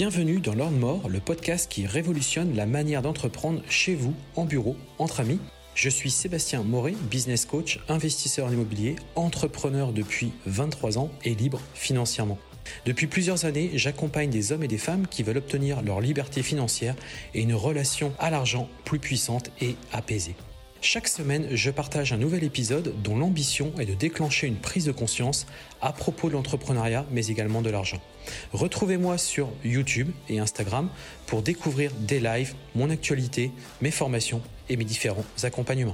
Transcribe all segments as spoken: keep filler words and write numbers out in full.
Bienvenue dans l'Ordre Mort, le podcast qui révolutionne la manière d'entreprendre chez vous, en bureau, entre amis. Je suis Sébastien Moret, business coach, investisseur en immobilier, entrepreneur depuis vingt-trois ans et libre financièrement. Depuis plusieurs années, j'accompagne des hommes et des femmes qui veulent obtenir leur liberté financière et une relation à l'argent plus puissante et apaisée. Chaque semaine, je partage un nouvel épisode dont l'ambition est de déclencher une prise de conscience à propos de l'entrepreneuriat, mais également de l'argent. Retrouvez-moi sur YouTube et Instagram pour découvrir des lives, mon actualité, mes formations et mes différents accompagnements.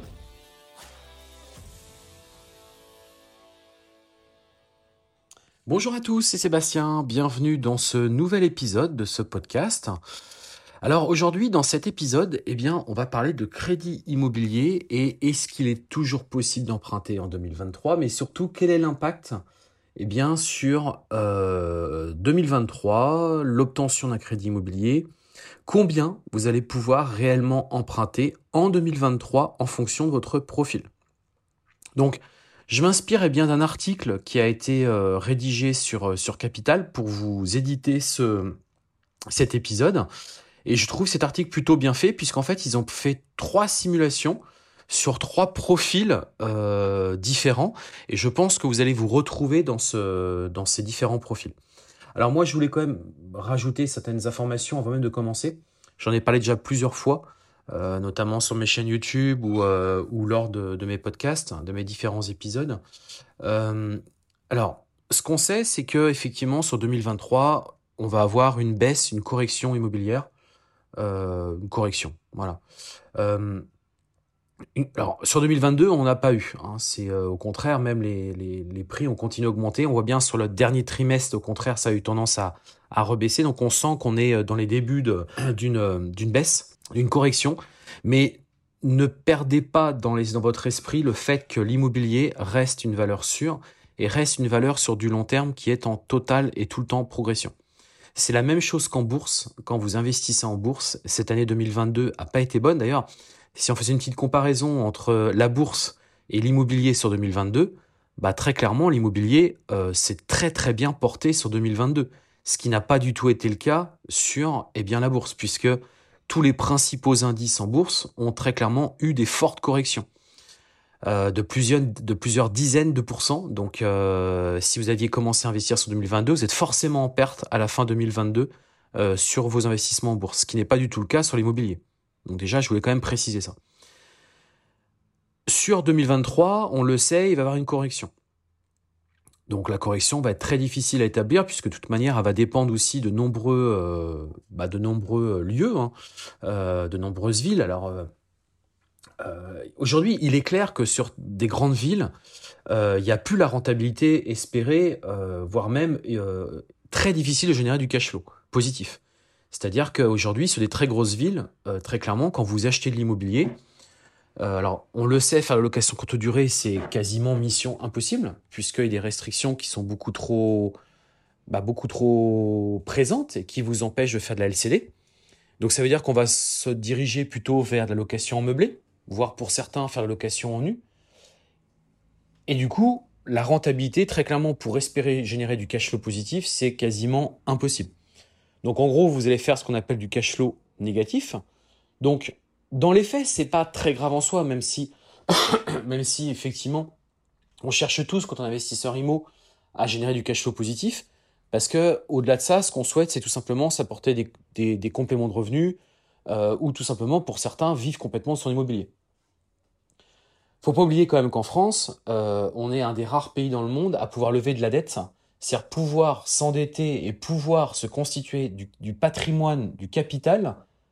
Bonjour à tous, c'est Sébastien, bienvenue dans ce nouvel épisode de ce podcast. Alors aujourd'hui, dans cet épisode, eh bien, on va parler de crédit immobilier et est-ce qu'il est toujours possible d'emprunter en deux mille vingt-trois, mais surtout, quel est l'impact eh bien, sur euh, deux mille vingt-trois, l'obtention d'un crédit immobilier, combien vous allez pouvoir réellement emprunter en deux mille vingt-trois en fonction de votre profil. Donc, je m'inspire eh bien, d'un article qui a été euh, rédigé sur, sur Capital pour vous éditer ce, cet épisode. Et je trouve cet article plutôt bien fait puisqu'en fait, ils ont fait trois simulations sur trois profils euh, différents. Et je pense que vous allez vous retrouver dans, ce, dans ces différents profils. Alors moi, je voulais quand même rajouter certaines informations avant même de commencer. J'en ai parlé déjà plusieurs fois, euh, notamment sur mes chaînes YouTube ou, euh, ou lors de, de mes podcasts, de mes différents épisodes. Euh, alors, ce qu'on sait, c'est que effectivement sur deux mille vingt-trois, on va avoir une baisse, une correction immobilière. Euh, une correction, voilà. Euh, une, alors sur deux mille vingt-deux, on n'a pas eu. Hein, c'est euh, au contraire, même les, les, les prix ont continué à augmenter. On voit bien sur le dernier trimestre, au contraire, ça a eu tendance à, à rebaisser. Donc on sent qu'on est dans les débuts de, d'une, d'une baisse, d'une correction. Mais ne perdez pas dans, les, dans votre esprit le fait que l'immobilier reste une valeur sûre et reste une valeur sur du long terme qui est en totale et tout le temps progression. C'est la même chose qu'en bourse, quand vous investissez en bourse. Cette année deux mille vingt-deux n'a pas été bonne. D'ailleurs, si on faisait une petite comparaison entre la bourse et l'immobilier sur deux mille vingt-deux, bah très clairement, l'immobilier euh, s'est très très bien porté sur deux mille vingt-deux. Ce qui n'a pas du tout été le cas sur eh bien, la bourse, puisque tous les principaux indices en bourse ont très clairement eu des fortes corrections. Euh, de, plusieurs, de plusieurs dizaines de pourcents. Donc, euh, si vous aviez commencé à investir sur deux mille vingt-deux, vous êtes forcément en perte à la fin deux mille vingt-deux euh, sur vos investissements en bourse, ce qui n'est pas du tout le cas sur l'immobilier. Donc déjà, je voulais quand même préciser ça. Sur deux mille vingt-trois, on le sait, il va y avoir une correction. Donc la correction va être très difficile à établir puisque de toute manière, elle va dépendre aussi de nombreux, euh, bah, de nombreux lieux, hein, euh, de nombreuses villes. Alors, euh, Euh, aujourd'hui, il est clair que sur des grandes villes, euh, il n'y a plus la rentabilité espérée, euh, voire même euh, très difficile de générer du cash flow positif. C'est-à-dire qu'aujourd'hui, sur des très grosses villes, euh, très clairement, quand vous achetez de l'immobilier, euh, alors on le sait, faire la location courte durée, c'est quasiment mission impossible, puisqu'il y a des restrictions qui sont beaucoup trop, bah, beaucoup trop présentes et qui vous empêchent de faire de la L C D. Donc ça veut dire qu'on va se diriger plutôt vers de la location en meublé, voire pour certains faire la location en nu. Et du coup, la rentabilité, très clairement, pour espérer générer du cash flow positif, c'est quasiment impossible. Donc en gros, vous allez faire ce qu'on appelle du cash flow négatif. Donc dans les faits, c'est pas très grave en soi, même si, même si effectivement, on cherche tous, quand on est investisseur immo, à générer du cash flow positif. Parce que au-delà de ça, ce qu'on souhaite, c'est tout simplement s'apporter des, des, des compléments de revenus, euh, ou tout simplement, pour certains, vivre complètement de son immobilier. Faut pas oublier quand même qu'en France, euh, on est un des rares pays dans le monde à pouvoir lever de la dette, c'est-à-dire pouvoir s'endetter et pouvoir se constituer du, du patrimoine, du capital,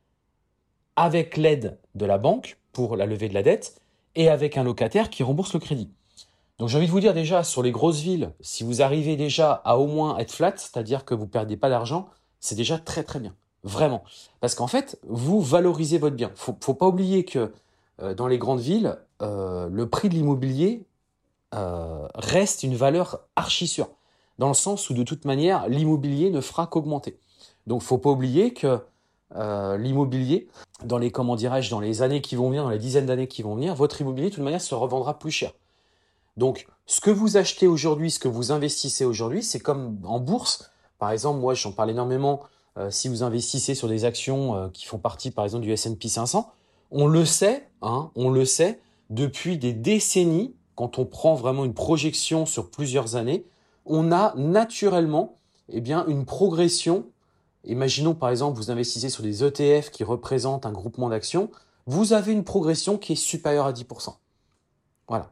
avec l'aide de la banque pour la levée de la dette et avec un locataire qui rembourse le crédit. Donc j'ai envie de vous dire déjà, sur les grosses villes, si vous arrivez déjà à au moins être flat, c'est-à-dire que vous ne perdez pas d'argent, c'est déjà très très bien. Vraiment. Parce qu'en fait, vous valorisez votre bien. Faut, faut pas oublier que euh, dans les grandes villes, euh, le prix de l'immobilier euh, reste une valeur archi sûre. Dans le sens où de toute manière, l'immobilier ne fera qu'augmenter. Donc faut pas oublier que euh, l'immobilier, dans les, comment dirais-je, dans les années qui vont venir, dans les dizaines d'années qui vont venir, votre immobilier de toute manière se revendra plus cher. Donc, ce que vous achetez aujourd'hui, ce que vous investissez aujourd'hui, c'est comme en bourse. Par exemple, moi, j'en parle énormément euh, si vous investissez sur des actions euh, qui font partie, par exemple, du S and P cinq cents. On le sait, hein, on le sait, depuis des décennies, quand on prend vraiment une projection sur plusieurs années, on a naturellement eh bien, une progression. Imaginons par exemple, vous investissez sur des E T F qui représentent un groupement d'actions, vous avez une progression qui est supérieure à dix pour cent. Voilà.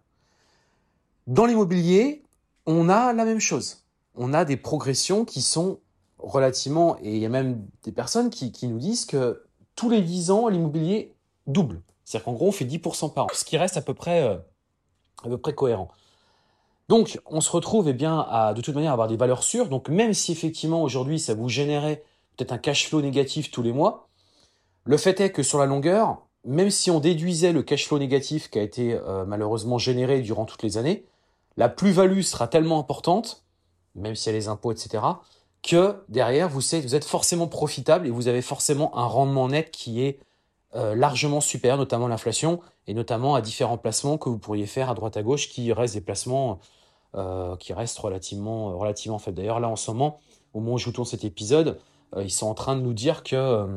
Dans l'immobilier, on a la même chose. On a des progressions qui sont relativement, et il y a même des personnes qui, qui nous disent que tous les dix ans, l'immobilier double. C'est-à-dire qu'en gros, on fait dix pour cent par an, ce qui reste à peu près, euh, à peu près cohérent. Donc, on se retrouve eh bien, à, de toute manière, à avoir des valeurs sûres. Donc, même si effectivement, aujourd'hui, ça vous générait peut-être un cash flow négatif tous les mois, le fait est que sur la longueur, même si on déduisait le cash flow négatif qui a été euh, malheureusement généré durant toutes les années, la plus-value sera tellement importante, même s'il y a les impôts, et cetera, que derrière, vous êtes, vous êtes forcément profitable et vous avez forcément un rendement net qui est euh, largement supérieur, notamment à l'inflation, et notamment à différents placements que vous pourriez faire à droite à gauche, qui restent des placements euh, qui restent relativement, relativement faibles. D'ailleurs, là, en ce moment, au moment où je vous tourne cet épisode, euh, ils sont en train de nous dire que euh,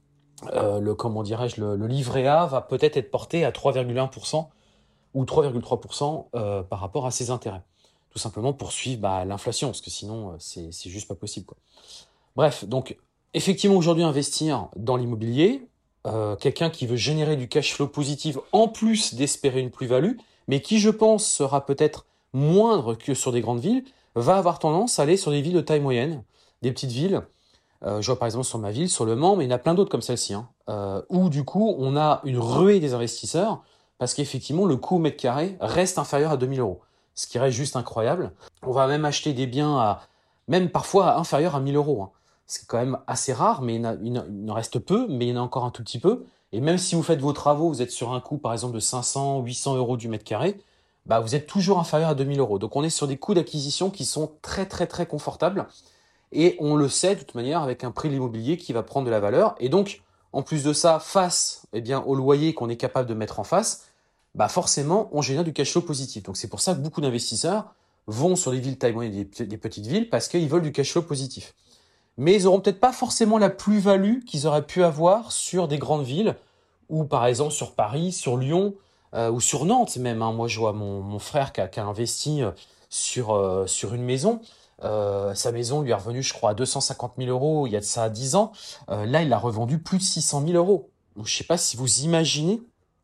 euh, le, comment dirais-je, le, le livret A va peut-être être porté à trois virgule un pour cent ou trois virgule trois pour cent euh, par rapport à ses intérêts. Tout simplement pour suivre bah, l'inflation, parce que sinon, euh, c'est, c'est juste pas possible, quoi. Bref, donc, effectivement, aujourd'hui, investir dans l'immobilier, euh, quelqu'un qui veut générer du cash flow positif en plus d'espérer une plus-value, mais qui, je pense, sera peut-être moindre que sur des grandes villes, va avoir tendance à aller sur des villes de taille moyenne, des petites villes. Euh, je vois par exemple sur ma ville, sur Le Mans, mais il y en a plein d'autres comme celle-ci, hein, euh, où du coup, on a une ruée des investisseurs, parce qu'effectivement, le coût au mètre carré reste inférieur à deux mille euros. Ce qui reste juste incroyable. On va même acheter des biens à, même parfois à inférieur à mille euros. Hein. C'est quand même assez rare, mais il, a, il, en reste peu, mais il y en a encore un tout petit peu. Et même si vous faites vos travaux, vous êtes sur un coût par exemple de cinq cents, huit cents euros du mètre carré, bah vous êtes toujours inférieur à deux mille euros. Donc on est sur des coûts d'acquisition qui sont très très très confortables. Et on le sait de toute manière avec un prix de l'immobilier qui va prendre de la valeur. Et donc, en plus de ça, face eh bien, au loyer qu'on est capable de mettre en face, bah forcément, on génère du cash flow positif. Donc c'est pour ça que beaucoup d'investisseurs vont sur les villes taille moyenne et des petites villes parce qu'ils veulent du cash flow positif. Mais ils n'auront peut-être pas forcément la plus-value qu'ils auraient pu avoir sur des grandes villes, ou par exemple sur Paris, sur Lyon, euh, ou sur Nantes même. Hein. Moi, je vois mon, mon frère qui a, qui a investi sur, euh, sur une maison. Euh, sa maison lui est revenue, je crois, à deux cent cinquante mille euros il y a de ça dix ans. Euh, là, il l'a revendu plus de six cent mille euros. Donc, je ne sais pas si vous imaginez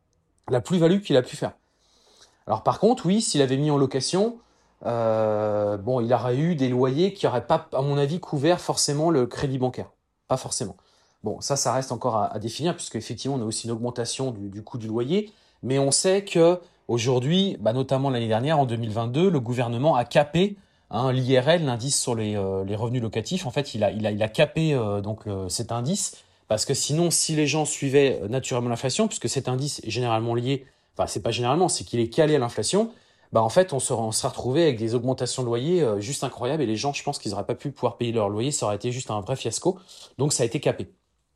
la plus-value qu'il a pu faire. Alors par contre, oui, s'il avait mis en location, euh, bon, il aurait eu des loyers qui n'auraient pas, à mon avis, couvert forcément le crédit bancaire. Pas forcément. Bon, ça, ça reste encore à, à définir, puisque effectivement, on a aussi une augmentation du, du coût du loyer. Mais on sait que aujourd'hui, bah, notamment l'année dernière, en deux mille vingt-deux, le gouvernement a capé hein, l'I R L, l'indice sur les, euh, les revenus locatifs. En fait, il a, il a, il a capé euh, donc le, cet indice. Parce que sinon, si les gens suivaient naturellement l'inflation, puisque cet indice est généralement lié, enfin c'est pas généralement, c'est qu'il est calé à l'inflation, bah en fait on se on serait retrouvé avec des augmentations de loyer euh, juste incroyables et les gens, je pense qu'ils n'auraient pas pu pouvoir payer leur loyer, ça aurait été juste un vrai fiasco. Donc ça a été capé.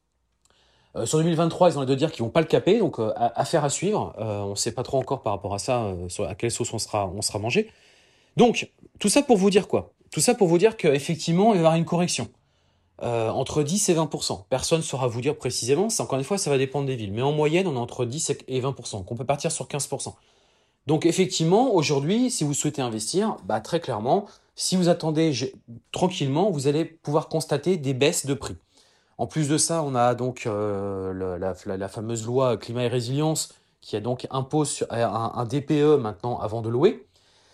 Euh, sur deux mille vingt-trois, ils ont l'air de dire qu'ils vont pas le caper, donc euh, affaire à suivre. Euh, on ne sait pas trop encore par rapport à ça, euh, sur à quelle sauce on sera on sera mangé. Donc tout ça pour vous dire quoi? Tout ça pour vous dire qu'effectivement il va y avoir une correction. Euh, entre dix et vingt pour cent. Personne ne saura vous dire précisément. C'est, encore une fois, ça va dépendre des villes. Mais en moyenne, on est entre dix et vingt pour cent. Donc on peut partir sur quinze pour cent. Donc effectivement, aujourd'hui, si vous souhaitez investir, bah, très clairement, si vous attendez je, tranquillement, vous allez pouvoir constater des baisses de prix. En plus de ça, on a donc euh, le, la, la, la fameuse loi climat et résilience qui a donc impose un, un D P E maintenant avant de louer.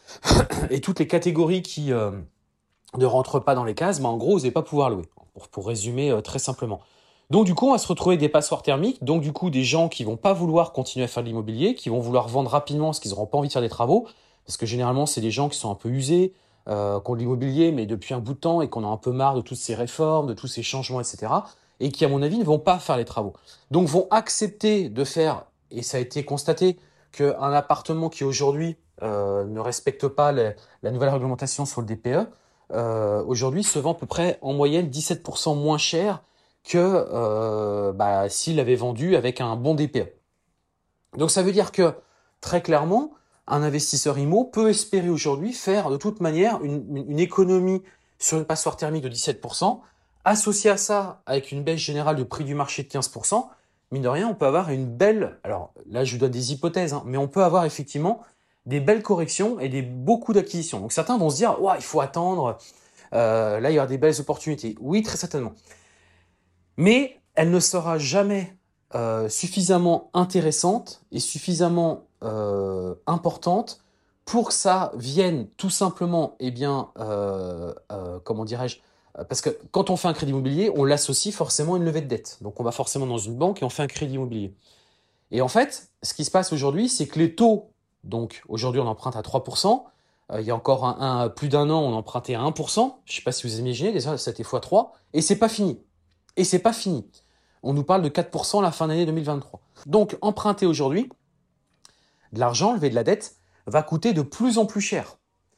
Et toutes les catégories qui euh, ne rentrent pas dans les cases, mais en gros, vous n'allez pas pouvoir louer. Pour, pour résumer euh, très simplement. Donc du coup, on va se retrouver des passoires thermiques, donc du coup des gens qui vont pas vouloir continuer à faire de l'immobilier, qui vont vouloir vendre rapidement parce qu'ils n'auront pas envie de faire des travaux, parce que généralement c'est des gens qui sont un peu usés, euh, qui ont de l'immobilier mais depuis un bout de temps et qu'on a un peu marre de toutes ces réformes, de tous ces changements, et cetera. Et qui à mon avis ne vont pas faire les travaux. Donc vont accepter de faire, et ça a été constaté, qu'un appartement qui aujourd'hui euh, ne respecte pas les, la nouvelle réglementation sur le D P E, Euh, aujourd'hui se vend à peu près en moyenne dix-sept pour cent moins cher que euh, bah, s'il l'avait vendu avec un bon D P E. Donc ça veut dire que très clairement, un investisseur immo peut espérer aujourd'hui faire de toute manière une, une, une économie sur une passoire thermique de dix-sept pour cent Associé à ça, avec une baisse générale du prix du marché de quinze pour cent, mine de rien, on peut avoir une belle... Alors là, je vous donne des hypothèses, hein, mais on peut avoir effectivement des belles corrections et des, beaucoup d'acquisitions. Donc certains vont se dire, ouais, il faut attendre, euh, là, il y aura des belles opportunités. Oui, très certainement. Mais elle ne sera jamais euh, suffisamment intéressante et suffisamment euh, importante pour que ça vienne tout simplement, eh bien, euh, euh, comment dirais-je, euh, parce que quand on fait un crédit immobilier, on l'associe forcément à une levée de dette. Donc on va forcément dans une banque et on fait un crédit immobilier. Et en fait, ce qui se passe aujourd'hui, c'est que les taux, donc aujourd'hui on emprunte à trois pour cent, euh, il y a encore un, un, plus d'un an on empruntait à un pour cent, je ne sais pas si vous imaginez, déjà c'était fois trois, et c'est pas fini. Et c'est pas fini. On nous parle de quatre pour cent à la fin d'année deux mille vingt-trois. Donc emprunter aujourd'hui, de l'argent, lever de la dette, va coûter de plus en plus cher.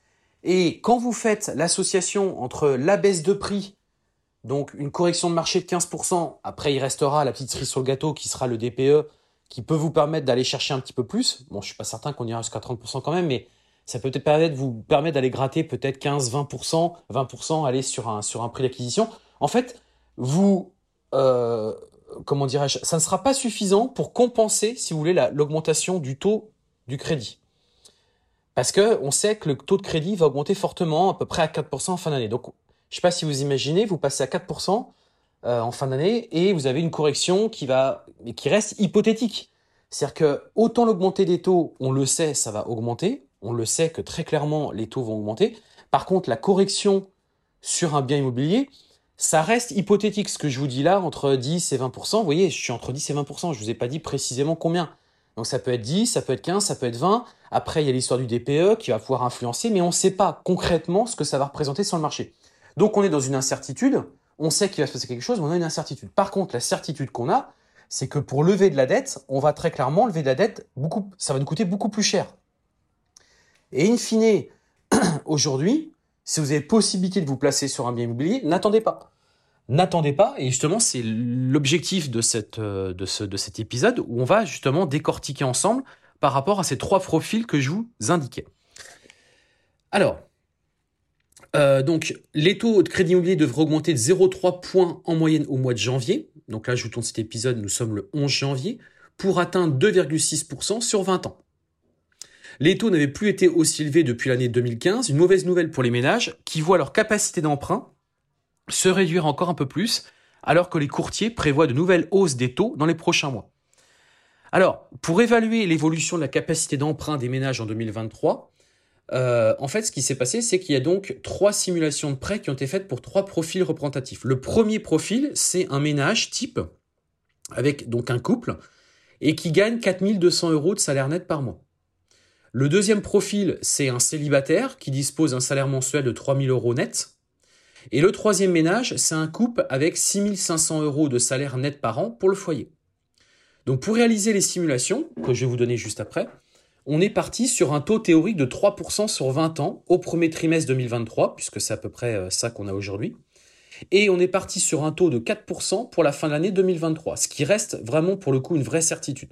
Et quand vous faites l'association entre la baisse de prix, donc une correction de marché de quinze pour cent, après il restera la petite cerise sur le gâteau qui sera le D P E, qui peut vous permettre d'aller chercher un petit peu plus. Bon, je suis pas certain qu'on ira jusqu'à trente pour cent quand même, mais ça peut peut-être permettre, vous permettre d'aller gratter peut-être quinze, vingt pour cent, vingt pour cent, aller sur un, sur un prix d'acquisition. En fait, vous, euh, comment dirais-je, ça ne sera pas suffisant pour compenser, si vous voulez, la, l'augmentation du taux du crédit. Parce que on sait que le taux de crédit va augmenter fortement, à peu près à quatre pour cent en fin d'année. Donc, je ne sais pas si vous imaginez, vous passez à quatre pour cent euh, en fin d'année et vous avez une correction qui va, mais qui reste hypothétique. C'est-à-dire que autant l'augmenter des taux, on le sait, ça va augmenter. On le sait que très clairement, les taux vont augmenter. Par contre, la correction sur un bien immobilier, ça reste hypothétique. Ce que je vous dis là, entre dix et vingt pour cent, vous voyez, je suis entre dix et vingt pour cent. Je ne vous ai pas dit précisément combien. Donc ça peut être dix, ça peut être quinze, ça peut être vingt. Après, il y a l'histoire du D P E qui va pouvoir influencer, mais on ne sait pas concrètement ce que ça va représenter sur le marché. Donc on est dans une incertitude. On sait qu'il va se passer quelque chose, mais on a une incertitude. Par contre, la certitude qu'on a, c'est que pour lever de la dette, on va très clairement lever de la dette, beaucoup, ça va nous coûter beaucoup plus cher. Et in fine, aujourd'hui, si vous avez possibilité de vous placer sur un bien immobilier, n'attendez pas. N'attendez pas, et justement, c'est l'objectif de, cette, de, ce, de cet épisode où on va justement décortiquer ensemble par rapport à ces trois profils que je vous indiquais. Alors, euh, donc, les taux de crédit immobilier devraient augmenter de zéro virgule trois points en moyenne au mois de janvier. Donc là, je vous tourne cet épisode, nous sommes le onze janvier, pour atteindre deux virgule six pour cent sur vingt ans. Les taux n'avaient plus été aussi élevés depuis l'année deux mille quinze, une mauvaise nouvelle pour les ménages qui voient leur capacité d'emprunt se réduire encore un peu plus, alors que les courtiers prévoient de nouvelles hausses des taux dans les prochains mois. Alors, pour évaluer l'évolution de la capacité d'emprunt des ménages en deux mille vingt-trois, euh, en fait, ce qui s'est passé, c'est qu'il y a donc trois simulations de prêts qui ont été faites pour trois profils représentatifs. Le premier profil, c'est un ménage type, avec donc un couple, et qui gagne quatre mille deux cents euros de salaire net par mois. Le deuxième profil, c'est un célibataire qui dispose d'un salaire mensuel de trois mille euros net. Et le troisième ménage, c'est un couple avec six mille cinq cents euros de salaire net par an pour le foyer. Donc pour réaliser les simulations, que je vais vous donner juste après, on est parti sur un taux théorique de trois pour cent sur vingt ans au premier trimestre deux mille vingt-trois, puisque c'est à peu près ça qu'on a aujourd'hui. Et on est parti sur un taux de quatre pour cent pour la fin de l'année deux mille vingt-trois, ce qui reste vraiment pour le coup une vraie certitude.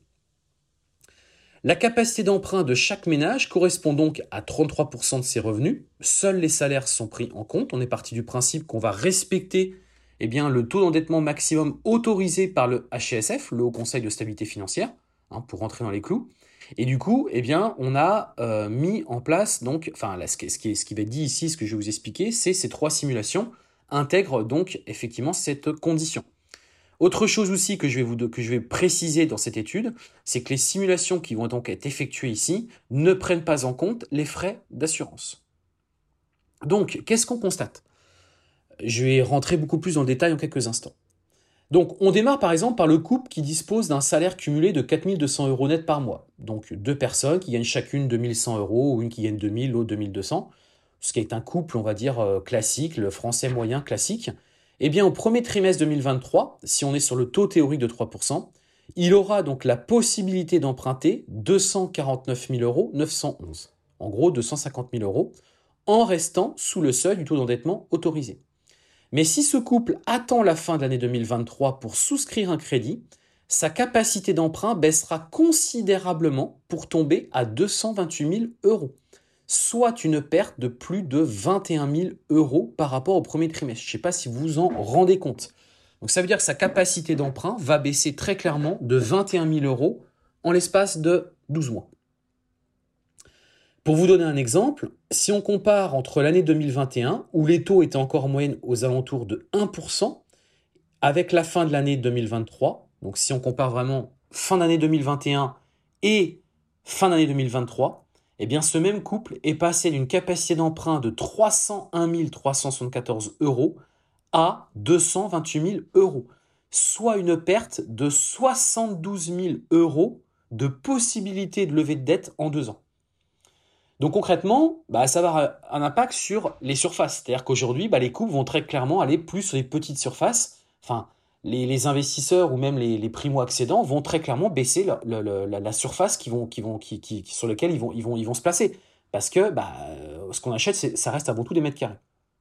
La capacité d'emprunt de chaque ménage correspond donc à trente-trois pour cent de ses revenus. Seuls les salaires sont pris en compte. On est parti du principe qu'on va respecter eh bien, le taux d'endettement maximum autorisé par le H C S F, le Haut Conseil de stabilité financière, hein, pour rentrer dans les clous. Et du coup, eh bien, on a euh, mis en place, donc, enfin, là, ce, qui, ce, qui est, ce qui va être dit ici, ce que je vais vous expliquer, c'est ces trois simulations intègrent donc effectivement cette condition. Autre chose aussi que je vais vous que je vais préciser dans cette étude, c'est que les simulations qui vont donc être effectuées ici ne prennent pas en compte les frais d'assurance. Donc, qu'est-ce qu'on constate ? Je vais rentrer beaucoup plus dans le détail en quelques instants. Donc, on démarre par exemple par le couple qui dispose d'un salaire cumulé de quatre mille deux cents euros net par mois. Donc, deux personnes qui gagnent chacune deux mille cent euros, ou une qui gagne deux mille, l'autre deux mille deux cents, ce qui est un couple, on va dire, classique, le français moyen classique. Eh bien, au premier trimestre deux mille vingt-trois, si on est sur le taux théorique de trois pour cent, il aura donc la possibilité d'emprunter deux cent quarante-neuf mille euros neuf cent onze. En gros, deux cent cinquante mille euros, en restant sous le seuil du taux d'endettement autorisé. Mais si ce couple attend la fin de l'année deux mille vingt-trois pour souscrire un crédit, sa capacité d'emprunt baissera considérablement pour tomber à deux cent vingt-huit mille euros. soit une perte de plus de vingt et un mille euros par rapport au premier trimestre. Je ne sais pas si vous vous en rendez compte. Donc ça veut dire que sa capacité d'emprunt va baisser très clairement de vingt et un mille euros en l'espace de douze mois. Pour vous donner un exemple, si on compare entre l'année deux mille vingt et un, où les taux étaient encore en moyenne aux alentours de un pour cent, avec la fin de l'année deux mille vingt-trois, donc si on compare vraiment fin d'année deux mille vingt et un et fin d'année deux mille vingt-trois, eh bien ce même couple est passé d'une capacité d'emprunt de trois cent un mille trois cent soixante-quatorze euros à deux cent vingt-huit mille euros, soit une perte de soixante-douze mille euros de possibilité de levée de dette en deux ans. Donc concrètement, bah, ça va avoir un impact sur les surfaces. C'est-à-dire qu'aujourd'hui, bah, les couples vont très clairement aller plus sur les petites surfaces. Enfin, les, les investisseurs ou même les, les primo-accédants vont très clairement baisser le, le, le, la, la surface qui vont, qui vont, qui, qui, sur laquelle ils vont, ils, vont, ils vont se placer. Parce que bah, ce qu'on achète, c'est, ça reste avant tout des mètres carrés.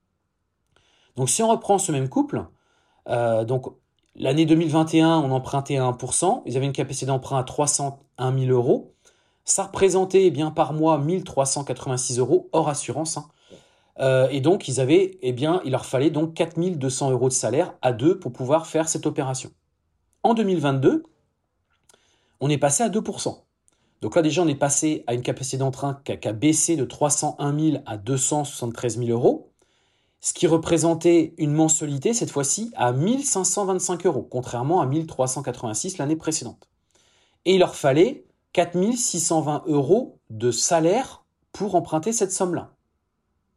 Donc si on reprend ce même couple, euh, donc l'année deux mille vingt et un, on empruntait à un pour cent. Ils avaient une capacité d'emprunt à trois cent un mille euros. Ça représentait eh bien, par mois mille trois cent quatre-vingt-six euros hors assurance. Hein. Euh, et donc, ils avaient, eh bien, il leur fallait donc quatre mille deux cents euros de salaire à deux pour pouvoir faire cette opération. En deux mille vingt-deux, on est passé à deux pour cent. Donc là, déjà, on est passé à une capacité d'emprunt qui a, qui a baissé de trois cent un mille à deux cent soixante-treize mille euros, ce qui représentait une mensualité, cette fois-ci, à mille cinq cent vingt-cinq euros, contrairement à mille trois cent quatre-vingt-six l'année précédente. Et il leur fallait quatre mille six cent vingt euros de salaire pour emprunter cette somme-là. D'accord ?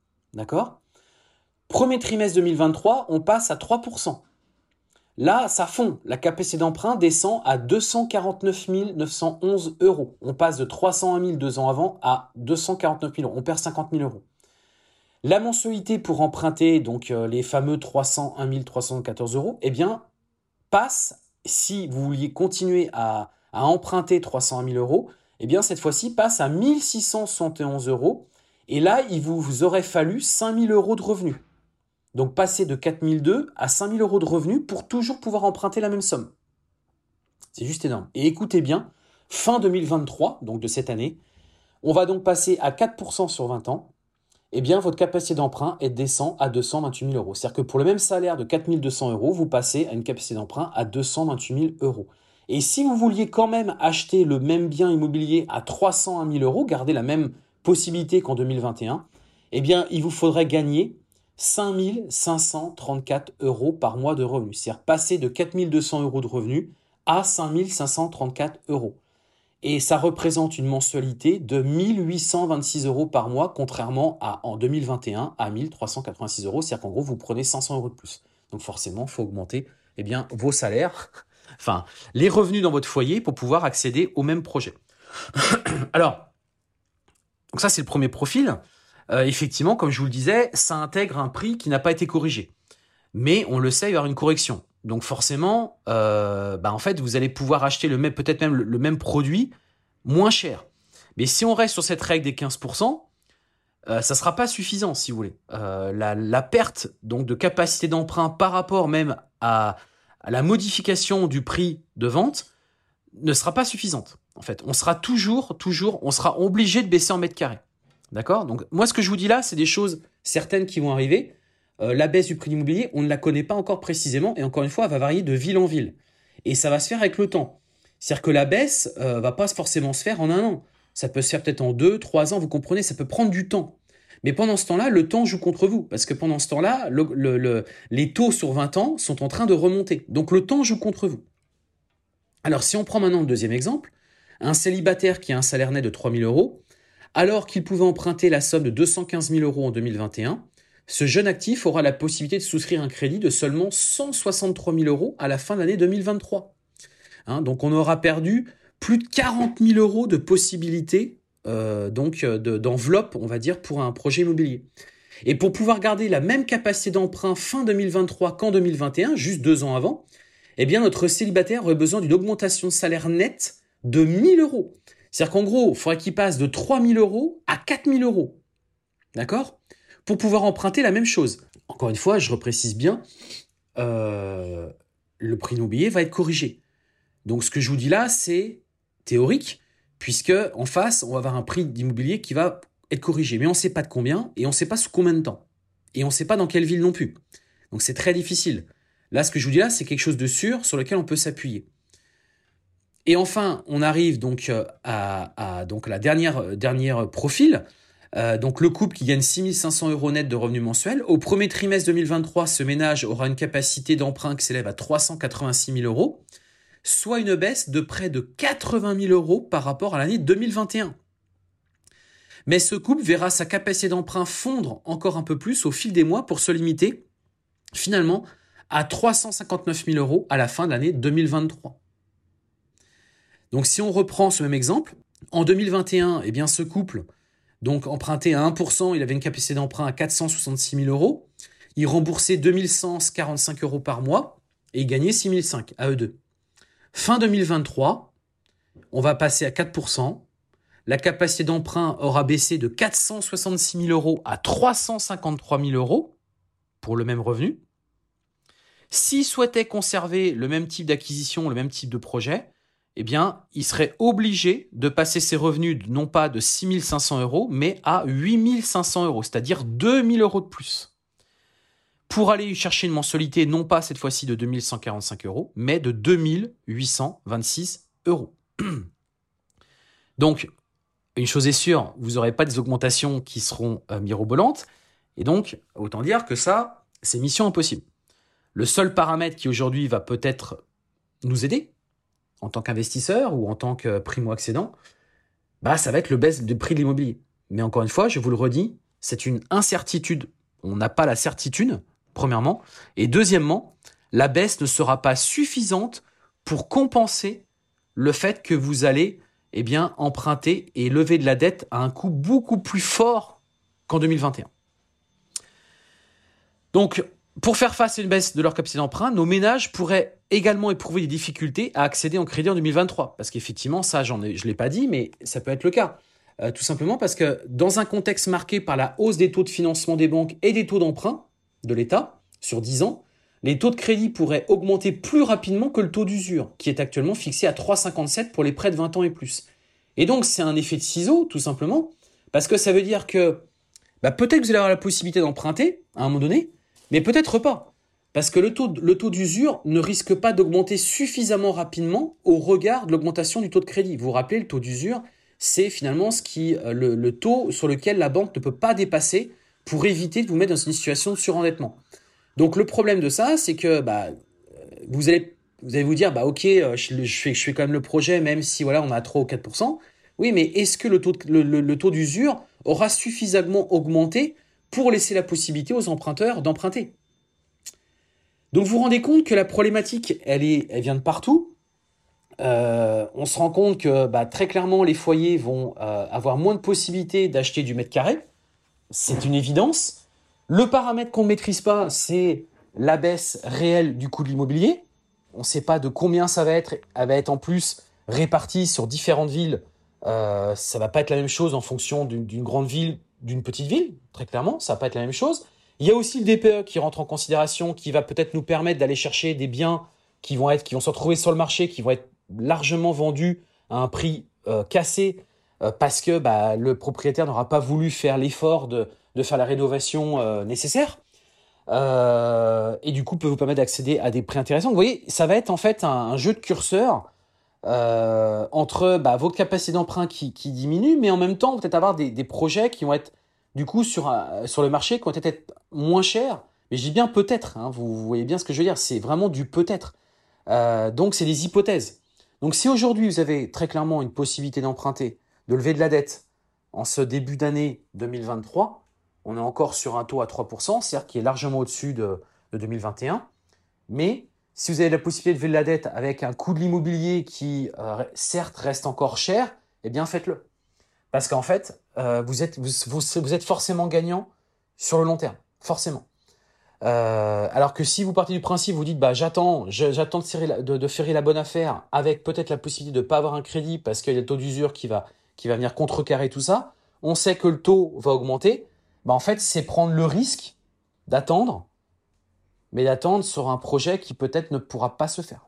Premier trimestre deux mille vingt-trois, on passe à trois pour cent. Là, ça fond. La capacité d'emprunt descend à deux cent quarante-neuf mille neuf cent onze euros. On passe de trois cent un mille deux ans avant à deux cent quarante-neuf mille euros. On perd cinquante mille euros. La mensualité pour emprunter, donc euh, les fameux trois cent un mille trois cent quatorze euros, eh bien, passe, si vous vouliez continuer à, à emprunter trois cent un mille euros, eh bien, cette fois-ci passe à mille six cent soixante et onze euros. Et là, il vous, vous aurait fallu cinq mille euros de revenus. Donc, passer de quatre mille deux à cinq mille euros de revenus pour toujours pouvoir emprunter la même somme. C'est juste énorme. Et écoutez bien, fin deux mille vingt-trois, donc de cette année, on va donc passer à quatre pour cent sur vingt ans. Eh bien, votre capacité d'emprunt elle descend à deux cent vingt-huit mille euros. C'est-à-dire que pour le même salaire de quatre mille deux cents euros, vous passez à une capacité d'emprunt à deux cent vingt-huit mille euros. Et si vous vouliez quand même acheter le même bien immobilier à trois cent un mille euros, garder la même possibilité qu'en deux mille vingt et un, eh bien, il vous faudrait gagner cinq mille cinq cent trente-quatre euros par mois de revenus. C'est-à-dire passer de quatre mille deux cents euros de revenus à cinq mille cinq cent trente-quatre euros. Et ça représente une mensualité de mille huit cent vingt-six euros par mois, contrairement à en deux mille vingt et un à mille trois cent quatre-vingt-six euros. C'est-à-dire qu'en gros, vous prenez cinq cents euros de plus. Donc forcément, il faut augmenter eh bien, vos salaires, enfin les revenus dans votre foyer pour pouvoir accéder au même projet. Alors, donc ça c'est le premier profil. Euh, effectivement, comme je vous le disais, ça intègre un prix qui n'a pas été corrigé. Mais on le sait, il y aura une correction. Donc forcément, euh, bah en fait, vous allez pouvoir acheter le même, peut-être même le, le même produit moins cher. Mais si on reste sur cette règle des quinze pour cent, euh, ça ne sera pas suffisant, si vous voulez. Euh, la, la perte donc, de capacité d'emprunt par rapport même à, à la modification du prix de vente ne sera pas suffisante. En fait, on sera toujours, toujours, on sera obligé de baisser en mètres carrés. D'accord ? Donc moi, ce que je vous dis là, c'est des choses certaines qui vont arriver. Euh, la baisse du prix de l'immobilier, on ne la connaît pas encore précisément et encore une fois, elle va varier de ville en ville. Et ça va se faire avec le temps. C'est-à-dire que la baisse euh, va pas forcément se faire en un an. Ça peut se faire peut-être en deux, trois ans, vous comprenez, ça peut prendre du temps. Mais pendant ce temps-là, le temps joue contre vous. Parce que pendant ce temps-là, le, le, le, les taux sur vingt ans sont en train de remonter. Donc le temps joue contre vous. Alors si on prend maintenant le deuxième exemple, un célibataire qui a un salaire net de trois mille euros, alors qu'il pouvait emprunter la somme de deux cent quinze mille euros en deux mille vingt et un, ce jeune actif aura la possibilité de souscrire un crédit de seulement cent soixante-trois mille euros à la fin de l'année deux mille vingt-trois. Hein, donc on aura perdu plus de quarante mille euros de possibilités euh, donc de, d'enveloppe, on va dire, pour un projet immobilier. Et pour pouvoir garder la même capacité d'emprunt fin deux mille vingt-trois qu'en deux mille vingt et un, juste deux ans avant, eh bien notre célibataire aurait besoin d'une augmentation de salaire net de mille euros. C'est-à-dire qu'en gros, il faudrait qu'il passe de trois mille euros à quatre mille euros. D'accord ? Pour pouvoir emprunter la même chose. Encore une fois, je reprécise bien, euh, le prix immobilier va être corrigé. Donc ce que je vous dis là, c'est théorique, puisque en face, on va avoir un prix d'immobilier qui va être corrigé. Mais on ne sait pas de combien et on ne sait pas sous combien de temps. Et on ne sait pas dans quelle ville non plus. Donc c'est très difficile. Là, ce que je vous dis là, c'est quelque chose de sûr sur lequel on peut s'appuyer. Et enfin, on arrive donc à, à donc la dernière, dernière profil. Euh, donc le couple qui gagne six mille cinq cents euros net de revenus mensuels. Au premier trimestre deux mille vingt-trois, ce ménage aura une capacité d'emprunt qui s'élève à trois cent quatre-vingt-six mille euros, soit une baisse de près de quatre-vingt mille euros par rapport à l'année deux mille vingt et un. Mais ce couple verra sa capacité d'emprunt fondre encore un peu plus au fil des mois pour se limiter finalement à trois cent cinquante-neuf mille euros à la fin de l'année deux mille vingt-trois. Donc si on reprend ce même exemple, en deux mille vingt et un, eh bien ce couple donc emprunté à un pour cent, il avait une capacité d'emprunt à quatre cent soixante-six mille euros, il remboursait deux mille cent quarante-cinq euros par mois et il gagnait six mille cinq à eux deux. Fin deux mille vingt-trois, on va passer à quatre pour cent, la capacité d'emprunt aura baissé de quatre cent soixante-six mille euros à trois cent cinquante-trois mille euros pour le même revenu. S'il souhaitait conserver le même type d'acquisition, le même type de projet, eh bien, il serait obligé de passer ses revenus non pas de six mille cinq cents euros, mais à huit mille cinq cents euros, c'est-à-dire deux mille euros de plus. Pour aller chercher une mensualité, non pas cette fois-ci de deux mille cent quarante-cinq euros, mais de deux mille huit cent vingt-six euros. Donc, une chose est sûre, vous n'aurez pas des augmentations qui seront euh, mirobolantes, et donc, autant dire que ça, c'est mission impossible. Le seul paramètre qui aujourd'hui va peut-être nous aider, en tant qu'investisseur ou en tant que primo-accédant, bah, ça va être le baisse de prix de l'immobilier. Mais encore une fois, je vous le redis, c'est une incertitude. On n'a pas la certitude, premièrement. Et deuxièmement, la baisse ne sera pas suffisante pour compenser le fait que vous allez eh bien, emprunter et lever de la dette à un coût beaucoup plus fort qu'en deux mille vingt et un. Donc, pour faire face à une baisse de leur capacité d'emprunt, nos ménages pourraient également éprouver des difficultés à accéder en crédit en deux mille vingt-trois. Parce qu'effectivement, ça, j'en ai, je ne l'ai pas dit, mais ça peut être le cas. Euh, tout simplement parce que dans un contexte marqué par la hausse des taux de financement des banques et des taux d'emprunt de l'État sur dix ans, les taux de crédit pourraient augmenter plus rapidement que le taux d'usure, qui est actuellement fixé à trois virgule cinquante-sept pour les prêts de vingt ans et plus. Et donc, c'est un effet de ciseau, tout simplement, parce que ça veut dire que bah, peut-être que vous allez avoir la possibilité d'emprunter à un moment donné, mais peut-être pas. Parce que le taux, le taux d'usure ne risque pas d'augmenter suffisamment rapidement au regard de l'augmentation du taux de crédit. Vous vous rappelez, le taux d'usure, c'est finalement ce qui, le, le taux sur lequel la banque ne peut pas dépasser pour éviter de vous mettre dans une situation de surendettement. Donc le problème de ça, c'est que bah, vous, allez, vous allez vous dire, bah, ok, je, je, fais, je fais quand même le projet, même si voilà, on a trois ou quatre pour cent. Oui, mais est-ce que le taux, de, le, le, le taux d'usure aura suffisamment augmenté pour laisser la possibilité aux emprunteurs d'emprunter? Donc vous vous rendez compte que la problématique, elle, est, elle vient de partout. Euh, on se rend compte que bah, très clairement, les foyers vont euh, avoir moins de possibilités d'acheter du mètre carré. C'est une évidence. Le paramètre qu'on ne maîtrise pas, c'est la baisse réelle du coût de l'immobilier. On ne sait pas de combien ça va être. Elle va être en plus répartie sur différentes villes. Euh, ça ne va pas être la même chose en fonction d'une, d'une grande ville, d'une petite ville. Très clairement, ça ne va pas être la même chose. Il y a aussi le D P E qui rentre en considération, qui va peut-être nous permettre d'aller chercher des biens qui vont, être, qui vont se retrouver sur le marché, qui vont être largement vendus à un prix euh, cassé euh, parce que bah, le propriétaire n'aura pas voulu faire l'effort de, de faire la rénovation euh, nécessaire. Euh, et du coup, peut vous permettre d'accéder à des prix intéressants. Vous voyez, ça va être en fait un, un jeu de curseur euh, entre bah, vos capacités d'emprunt qui, qui diminuent, mais en même temps, peut-être avoir des, des projets qui vont être du coup sur, un, sur le marché, qui vont peut-être être moins chers. Mais je dis bien peut-être, hein, vous, vous voyez bien ce que je veux dire, c'est vraiment du peut-être. Euh, donc, c'est des hypothèses. Donc, si aujourd'hui, vous avez très clairement une possibilité d'emprunter, de lever de la dette en ce début d'année deux mille vingt-trois, on est encore sur un taux à trois pour cent, c'est-à-dire qui est largement au-dessus de, de deux mille vingt et un. Mais si vous avez la possibilité de lever de la dette avec un coût de l'immobilier qui, euh, certes, reste encore cher, eh bien, faites-le. Parce qu'en fait, euh, vous, êtes, vous, vous, vous êtes forcément gagnant sur le long terme. Forcément. Euh, alors que si vous partez du principe, vous dites bah j'attends, je, j'attends de, serrer la, de, de faire la bonne affaire avec peut-être la possibilité de ne pas avoir un crédit parce qu'il y a le taux d'usure qui va, qui va venir contrecarrer tout ça, on sait que le taux va augmenter, bah en fait c'est prendre le risque d'attendre, mais d'attendre sur un projet qui peut-être ne pourra pas se faire.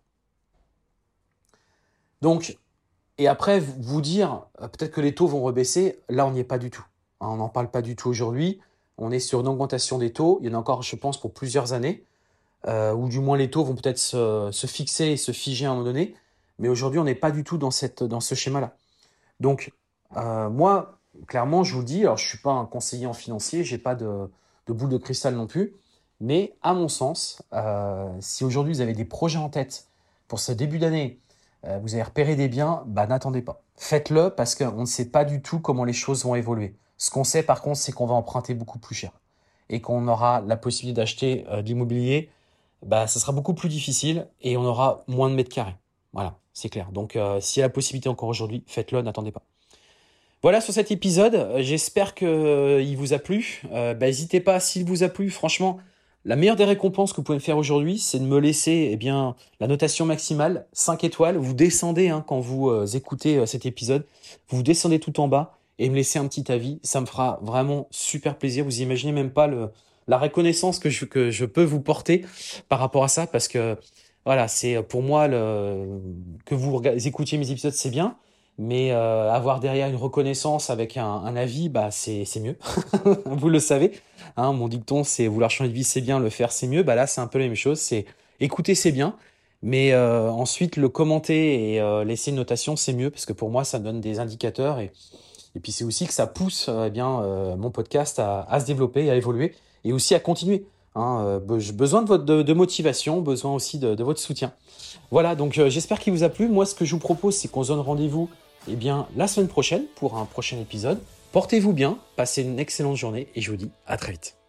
Donc, et après vous dire euh, peut-être que les taux vont rebaisser, là on n'y est pas du tout. hein, on n'en parle pas du tout aujourd'hui. On est sur une augmentation des taux. Il y en a encore, je pense, pour plusieurs années. Euh, ou du moins les taux vont peut-être se, se fixer et se figer à un moment donné. Mais aujourd'hui, on n'est pas du tout dans, cette, dans ce schéma-là. Donc, euh, moi, clairement, je vous le dis, alors je ne suis pas un conseiller en financier, je n'ai pas de, de boule de cristal non plus, mais à mon sens, euh, si aujourd'hui vous avez des projets en tête pour ce début d'année, euh, vous avez repéré des biens, bah, n'attendez pas. Faites-le parce qu'on ne sait pas du tout comment les choses vont évoluer. Ce qu'on sait par contre, c'est qu'on va emprunter beaucoup plus cher et qu'on aura la possibilité d'acheter euh, de l'immobilier, bah, ça sera beaucoup plus difficile et on aura moins de mètres carrés. Voilà, c'est clair. Donc, euh, s'il y a la possibilité encore aujourd'hui, faites-le, n'attendez pas. Voilà sur cet épisode, euh, j'espère qu'il vous a plu. Euh, bah, n'hésitez pas, s'il vous a plu, franchement, la meilleure des récompenses que vous pouvez me faire aujourd'hui, c'est de me laisser eh bien, la notation maximale, cinq étoiles. Vous descendez hein, quand vous euh, écoutez euh, cet épisode, vous descendez tout en bas et me laissez un petit avis. Ça me fera vraiment super plaisir. Vous imaginez même pas le, la reconnaissance que je, que je peux vous porter par rapport à ça, parce que voilà, c'est pour moi le, que vous rega- écoutiez mes épisodes, c'est bien. Mais euh, avoir derrière une reconnaissance avec un, un avis, bah c'est c'est mieux. Vous le savez. Hein, mon dicton, c'est vouloir changer de vie, c'est bien. Le faire, c'est mieux. Bah là, c'est un peu la même chose. C'est écouter, c'est bien. Mais euh, ensuite, le commenter et euh, laisser une notation, c'est mieux parce que pour moi, ça donne des indicateurs et et puis c'est aussi que ça pousse euh, eh bien euh, mon podcast à, à se développer, à évoluer et aussi à continuer. Hein, euh, be- j'ai besoin de votre de, de motivation, besoin aussi de, de votre soutien. Voilà, donc euh, j'espère qu'il vous a plu. Moi, ce que je vous propose, c'est qu'on se donne rendez-vous eh bien, la semaine prochaine pour un prochain épisode. Portez-vous bien, passez une excellente journée et je vous dis à très vite.